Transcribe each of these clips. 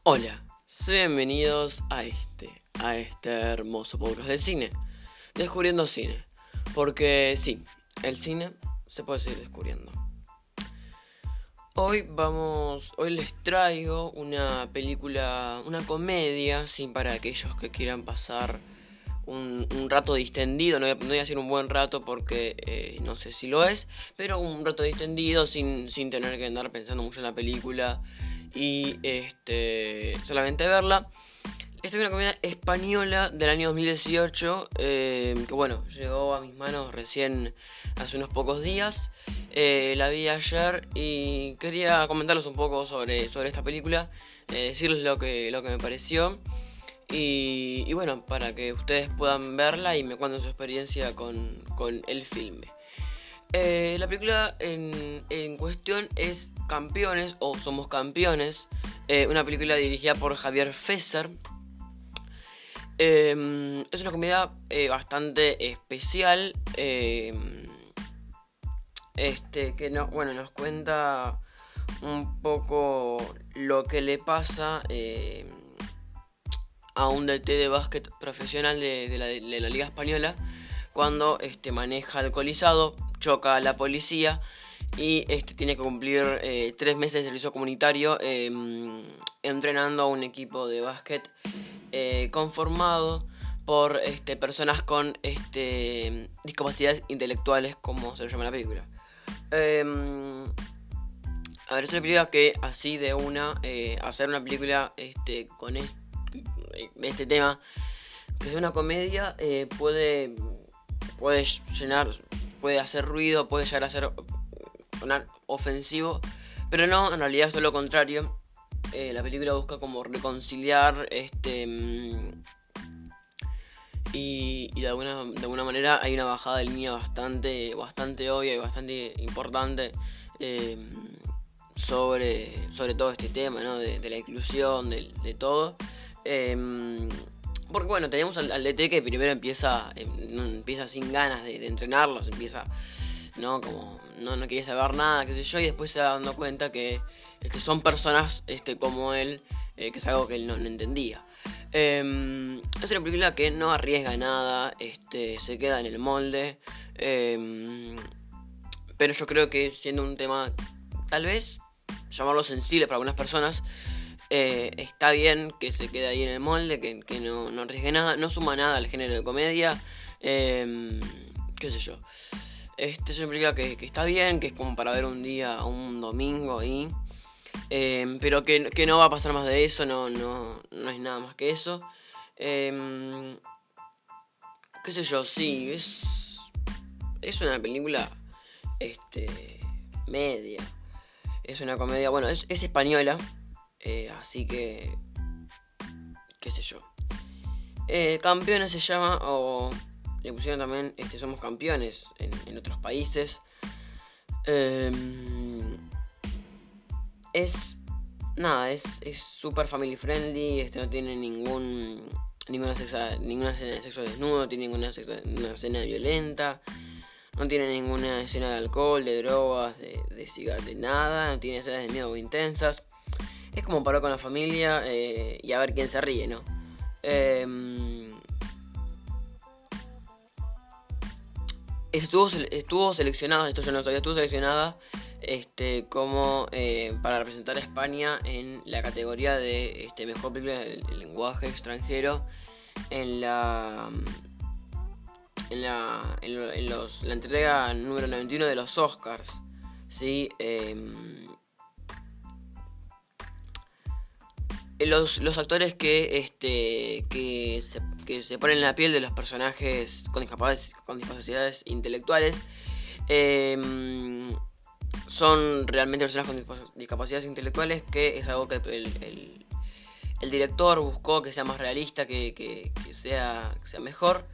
Hola, bienvenidos a este hermoso podcast de cine, Descubriendo Cine, porque sí, el cine se puede seguir descubriendo. Hoy les traigo una película, una comedia, sí, para aquellos que quieran pasar un rato distendido. No voy a decir un buen rato porque no sé si lo es, pero un rato distendido sin tener que andar pensando mucho en la película y solamente verla. Esta es una comedia española del año 2018 que bueno, llegó a mis manos recién hace unos pocos días. La vi ayer y quería comentarles un poco sobre esta película, decirles lo que me pareció y bueno, para que ustedes puedan verla y me cuenten su experiencia con el filme. La película en cuestión es Campeones o Somos Campeones, una película dirigida por Javier Fesser. Es una comedia bastante especial, que nos cuenta un poco lo que le pasa a un DT de básquet profesional de la Liga Española cuando maneja alcoholizado, choca a la policía y tiene que cumplir 3 meses de servicio comunitario entrenando a un equipo de básquet conformado por personas con discapacidades intelectuales, como se lo llama en la película. A ver, es una película que así de una, hacer una película con este tema, que es una comedia, puede llenar, puede hacer ruido, puede llegar a sonar ofensivo, pero no, en realidad es todo lo contrario. La película busca como reconciliar y de alguna manera hay una bajada de línea bastante obvia y bastante importante sobre todo este tema, ¿no? de la inclusión, de todo. Porque bueno, tenemos al DT que primero empieza sin ganas de entrenarlos, empieza, ¿no? Como no quería saber nada, qué sé yo, y después se va dando cuenta que son personas como él, que es algo que él no entendía. Es una película que no arriesga nada, se queda en el molde, pero yo creo que siendo un tema, tal vez, llamarlo sensible para algunas personas, está bien que se quede ahí en el molde, que no arriesgue nada, no suma nada al género de comedia, qué sé yo. Es una película que está bien, que es como para ver un día, un domingo ahí, pero que no va a pasar más de eso, no es nada más que eso. Qué sé yo, sí, es una película media. Es una comedia, bueno, es española, así que qué sé yo. Campeones se llama, o le pusieron también Somos Campeones en otros países. Es super family friendly, no tiene ninguna escena de sexo desnudo, no tiene ninguna escena violenta, no tiene ninguna escena de alcohol, de drogas, de cigarros, de nada, no tiene escenas de miedo intensas. Es como para con la familia y a ver quién se ríe, ¿no? Estuvo seleccionada, esto yo no sabía, estuvo seleccionada como para representar a España en la categoría de mejor película del lenguaje extranjero en la entrega número 91 de los Oscars, ¿sí? Los actores que se ponen en la piel de los personajes con discapacidades intelectuales son realmente personas con discapacidades intelectuales, que es algo que el director buscó que sea más realista, que sea mejor.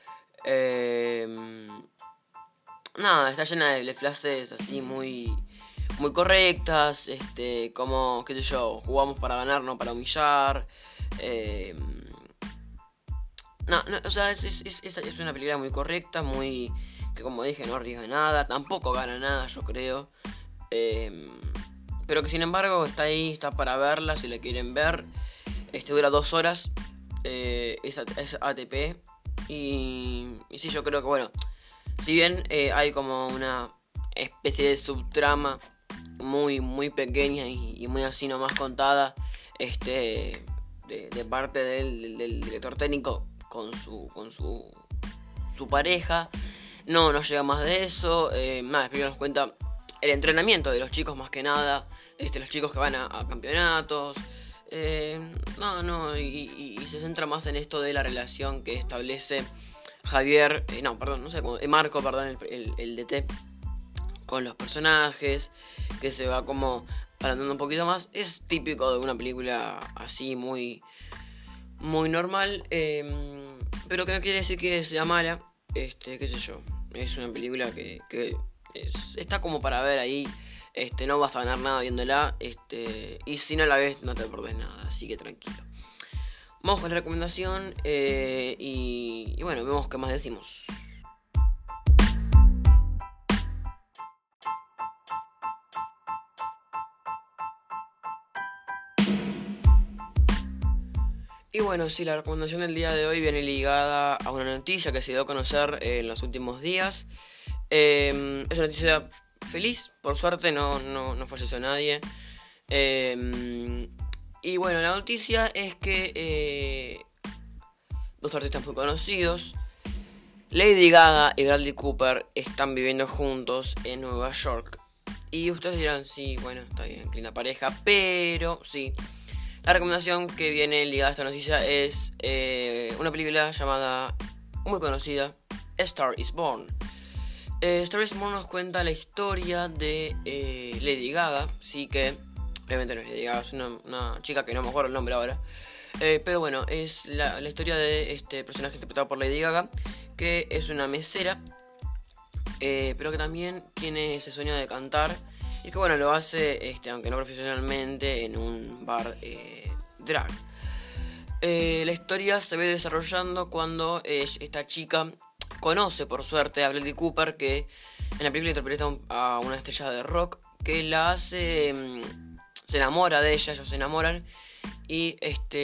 Nada, está llena de frases así muy correctas, como, qué sé yo, jugamos para ganar, no para humillar. O sea, es una película muy correcta, que como dije no arriesga nada, tampoco gana nada, yo creo. Pero que sin embargo está ahí, está para verla si la quieren ver. Dura 2 horas. Es ATP. Y sí, yo creo que, bueno, si bien hay como una especie de subtrama muy, muy pequeña y muy así nomás contada, de parte del director técnico con su pareja, no llega más de eso. Nada, primero nos cuenta el entrenamiento de los chicos más que nada, los chicos que van a campeonatos. Y se centra más en esto de la relación que establece Javier, Marco, perdón, el DT, con los personajes, que se va como agrandando un poquito más. Es típico de una película así muy, muy normal, pero que no quiere decir que sea mala, qué sé yo, es una película que está como para ver ahí. No vas a ganar nada viéndola, y si no la ves no te perdés nada, así que tranquilo. Vamos con la recomendación, y bueno, vemos qué más decimos. Y bueno, sí, la recomendación del día de hoy viene ligada a una noticia que se dio a conocer en los últimos días. Es una noticia feliz, por suerte no falleció nadie. Y bueno, la noticia es que dos artistas muy conocidos, Lady Gaga y Bradley Cooper, están viviendo juntos en Nueva York. Y ustedes dirán, sí, bueno, está bien, linda pareja, pero sí. La recomendación que viene ligada a esta noticia es una película llamada, muy conocida, A Star is Born. Star is Born nos cuenta la historia de Lady Gaga, sí, que obviamente no es Lady Gaga, es una chica que no me acuerdo el nombre ahora. Pero bueno, es la historia de este personaje interpretado por Lady Gaga, que es una mesera, pero que también tiene ese sueño de cantar. Y que bueno, lo hace, aunque no profesionalmente, en un bar drag. La historia se ve desarrollando cuando esta chica conoce, por suerte, a Bradley Cooper, que en la película interpreta a una estrella de rock, que la hace, se enamora de ella, ellos se enamoran, y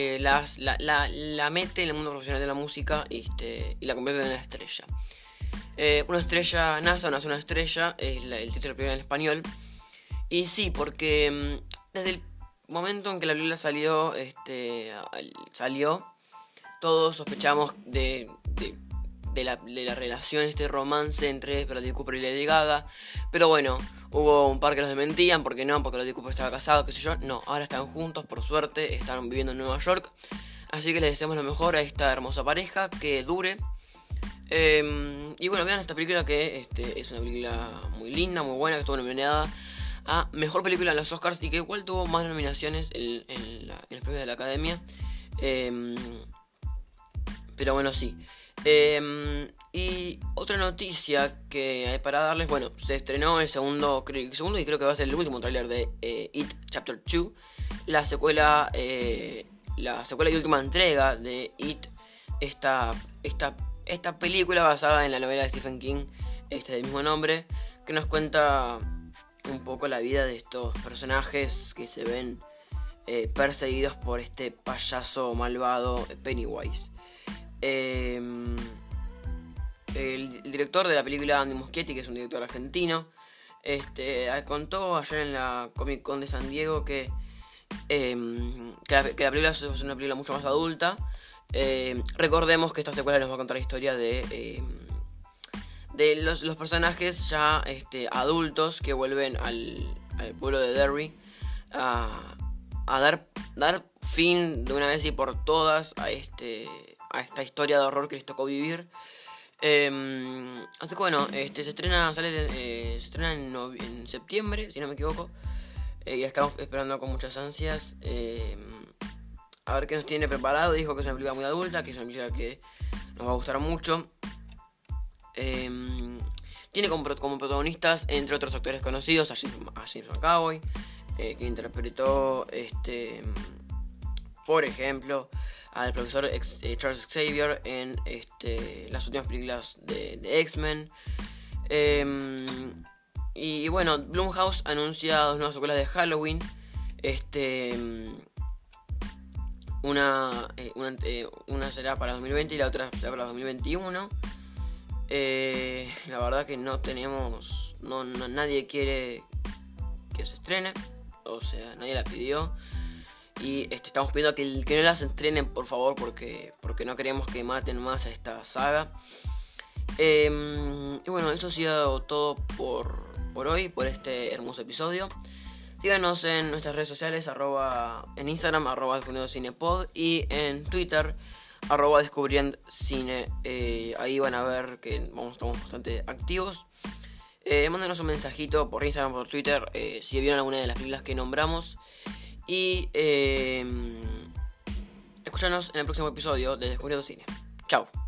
la mete en el mundo profesional de la música, y la convierte en una estrella. Una estrella nace una estrella, es el título de la película en español. Y sí, porque desde el momento en que la película salió, todos sospechamos de la relación, romance entre Bradley Cooper y Lady Gaga. Pero bueno, hubo un par que los desmentían, porque Bradley Cooper estaba casado, qué sé yo. No, ahora están juntos, por suerte, están viviendo en Nueva York. Así que les deseamos lo mejor a esta hermosa pareja, que dure. Y bueno, vean esta película, que es una película muy linda, muy buena, que estuvo nominada a Mejor Película en los Oscars, y que igual tuvo más nominaciones en el premio de la Academia. Pero bueno, sí. Y otra noticia que hay para darles, bueno, se estrenó el segundo y creo que va a ser el último tráiler de It Chapter 2, la secuela y última entrega de It, esta película basada en la novela de Stephen King, del mismo nombre, que nos cuenta un poco la vida de estos personajes que se ven perseguidos por este payaso malvado Pennywise. El director de la película, Andy Muschietti, que es un director argentino, contó ayer en la Comic Con de San Diego que la película es una película mucho más adulta. Recordemos que esta secuela nos va a contar la historia de los personajes ya adultos que vuelven al pueblo de Derry a dar fin de una vez y por todas a esta historia de horror que les tocó vivir. Así que bueno, se estrena en septiembre, si no me equivoco, y estamos esperando con muchas ansias a ver qué nos tiene preparado. Dijo que es una película muy adulta, que es una película que nos va a gustar mucho. Tiene como protagonistas, entre otros actores conocidos, a James McAvoy, que interpretó por ejemplo al profesor Charles Xavier en las últimas películas de X-Men. Y bueno, Blumhouse anuncia dos nuevas secuelas de Halloween. Una será para 2020 y la otra será para 2021. La verdad que no tenemos... nadie quiere que se estrene. O sea, nadie la pidió. Y estamos pidiendo que no las estrenen, por favor, porque no queremos que maten más a esta saga. Y bueno, eso ha sido todo por hoy, por este hermoso episodio. Síganos en nuestras redes sociales, en Instagram, @descubriendocinepod, y en Twitter, @descubriendocine. Ahí van a ver que estamos bastante activos. Mándenos un mensajito por Instagram, por Twitter, si vieron alguna de las películas que nombramos. Y escúchanos en el próximo episodio de Descubriendo Cine. Chao.